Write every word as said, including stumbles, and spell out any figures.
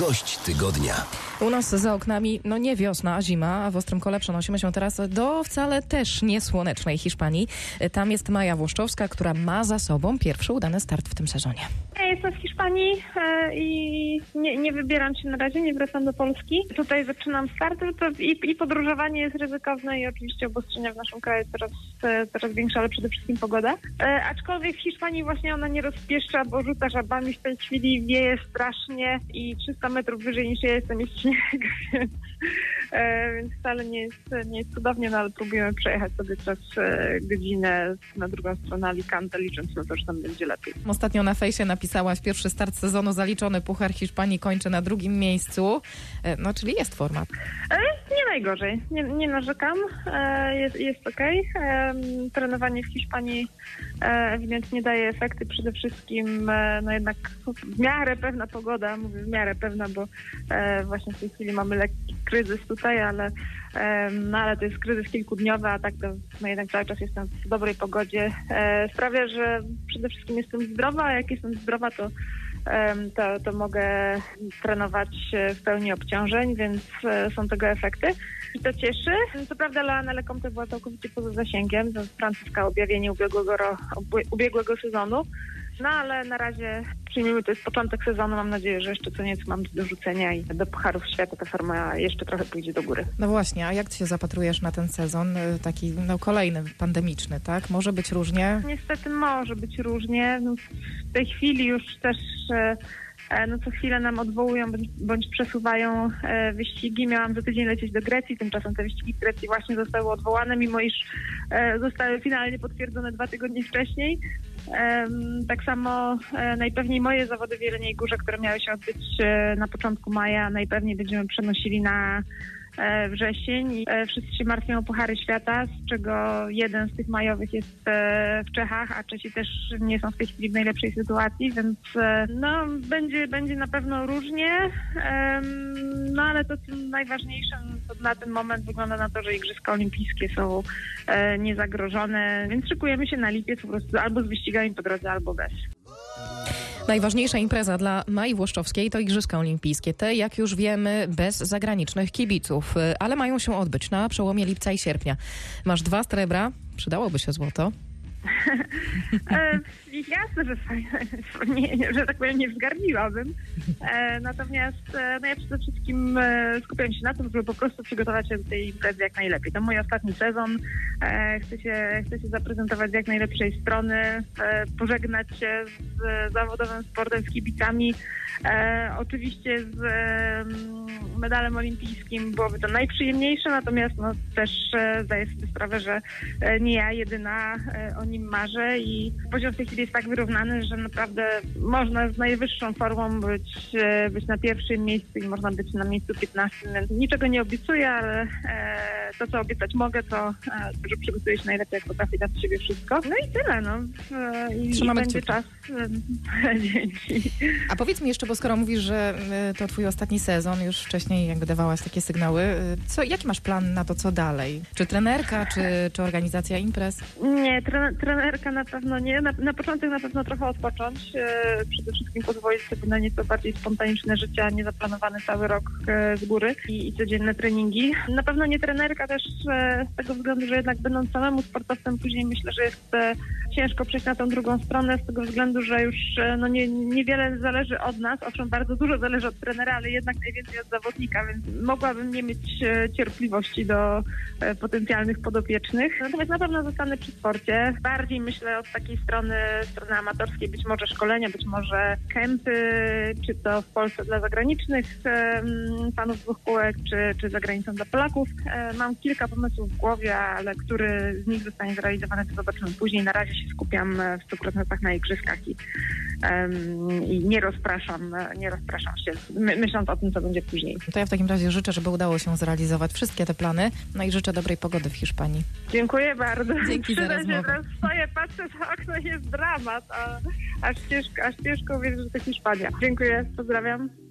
Gość tygodnia. U nas za oknami, no nie wiosna, a zima, a w Ostrym Kole przenosimy się teraz do wcale też niesłonecznej Hiszpanii. Tam jest Maja Włoszczowska, która ma za sobą pierwszy udany start w tym sezonie. Ja jestem w Hiszpanii e, i nie, nie wybieram się na razie, nie wracam do Polski. Tutaj zaczynam start to i, i podróżowanie jest ryzykowne i oczywiście obostrzenia w naszym kraju coraz, e, coraz większe, ale przede wszystkim pogoda. E, aczkolwiek w Hiszpanii właśnie ona nie rozpieszcza, bo rzuca żabami w tej chwili, wieje strasznie i trzysta metrów wyżej niż ja jestem jest śnieg, więc, e, więc wcale nie jest, nie jest cudownie, no ale próbujemy przejechać sobie przez e, godzinę na drugą stronę Alicante, licząc na to, że tam będzie lepiej. Ostatnio na fejsie napisałaś, pierwszy start sezonu zaliczony, Puchar Hiszpanii kończy na drugim miejscu, e, no czyli jest format. E, nie najgorzej, nie, nie narzekam, e, jest, jest okej. E, trenowanie w Hiszpanii e, ewidentnie daje efekty, przede wszystkim e, no jednak w miarę pewna pogoda, mówię w miarę pewna, bo e, właśnie w tej chwili mamy lekki kryzys tutaj, ale, e, no, ale to jest kryzys kilkudniowy, a tak to no jednak cały czas jestem w dobrej pogodzie. E, sprawia, że przede wszystkim jestem zdrowa, a jak jestem zdrowa, to To, to mogę trenować w pełni obciążeń, więc są tego efekty. I to cieszy. Co prawda Laana Lecomte była całkowicie poza zasięgiem, to francuska objawienie ubiegłego, ro, ubiegłego sezonu. No ale na razie przyjmijmy, to jest początek sezonu, mam nadzieję, że jeszcze co nieco mam do dorzucenia i do Pucharów Świata ta forma jeszcze trochę pójdzie do góry. No właśnie, a jak ty się zapatrujesz na ten sezon, taki no, kolejny, pandemiczny, tak? Może być różnie? Niestety może być różnie. No, w tej chwili już też no co chwilę nam odwołują bądź, bądź przesuwają e, wyścigi. Miałam za tydzień lecieć do Grecji, tymczasem te wyścigi w Grecji właśnie zostały odwołane, mimo iż e, zostały finalnie potwierdzone dwa tygodnie wcześniej. E, tak samo e, najpewniej moje zawody w Jeleniej Górze, które miały się odbyć e, na początku maja, najpewniej będziemy przenosili na wrzesień. Wszyscy się martwią o Puchary Świata, z czego jeden z tych majowych jest w Czechach, a Czesi też nie są w tej chwili w najlepszej sytuacji, więc no, będzie, będzie na pewno różnie, no ale to co najważniejsze, to na ten moment wygląda na to, że Igrzyska Olimpijskie są niezagrożone, więc szykujemy się na lipiec po prostu albo z wyścigami po drodze, albo bez. Najważniejsza impreza dla Mai Włoszczowskiej to Igrzyska Olimpijskie. Te, jak już wiemy, bez zagranicznych kibiców, ale mają się odbyć na przełomie lipca i sierpnia. Masz dwa srebra, przydałoby się złoto. e, jasne, że fajnie, nie, że tak powiem, nie wzgardziłabym. E, natomiast e, no ja przede wszystkim e, skupiam się na tym, żeby po prostu przygotować się do tej imprezy jak najlepiej. To mój ostatni sezon. E, chcę, się, chcę się zaprezentować z jak najlepszej strony, e, pożegnać się z zawodowym sportem, z kibicami. E, oczywiście z e, medalem olimpijskim byłoby to najprzyjemniejsze, natomiast no, też e, zdaję sobie sprawę, że e, nie ja jedyna e, o nim marzę i poziom w tej chwili jest tak wyrównany, że naprawdę można z najwyższą formą być, e, być na pierwszym miejscu i można być na miejscu piętnastym. Więc niczego nie obiecuję, ale e, to, co obiecać mogę, to, e, że przygotuję się najlepiej, jak potrafię dać z siebie wszystko. No i tyle, no. E, I, i będzie czas. E, dzięki. A powiedz mi jeszcze, bo skoro mówisz, że to twój ostatni sezon, już wcześniej jakby dawałaś takie sygnały, co, jaki masz plan na to, co dalej? Czy trenerka, czy, czy organizacja imprez? Nie, tre, trenerka na pewno nie. Na, na początek na pewno trochę odpocząć. E, przede wszystkim pozwolić sobie na nieco bardziej spontaniczne życie, a nie zaplanowany cały rok e, z góry i, i codzienne treningi. Na pewno nie trenerka też e, z tego względu, że jednak będąc samemu sportowcem później myślę, że jest e, ciężko przejść na tą drugą stronę z tego względu, że już e, no nie, niewiele zależy od nas. Owszem, bardzo dużo zależy od trenera, ale jednak najwięcej od zawodnika, więc mogłabym nie mieć e, cierpliwości do e, potencjalnych podopiecznych. Natomiast na pewno zostanę przy sporcie. Bardziej myślę od takiej strony, strony amatorskiej, być może szkolenia, być może kempy, czy to w Polsce dla zagranicznych e, fanów dwóch kółek, czy, czy za granicą dla Polaków. E, mam kilka pomysłów w głowie, ale który z nich zostanie zrealizowany, to zobaczymy później. Na razie się skupiam w stu procentach na igrzyskach i, um, i nie rozpraszam, nie rozpraszam się, my, myśląc o tym, co będzie później. To ja w takim razie życzę, żeby udało się zrealizować wszystkie te plany, no i życzę dobrej pogody w Hiszpanii. Dziękuję bardzo. Dzięki za rozmowę. Teraz stoję, patrzę za okno, jest dramat, a aż ciężko, aż ciężko uwierzyć, że to Hiszpania. Dziękuję, pozdrawiam.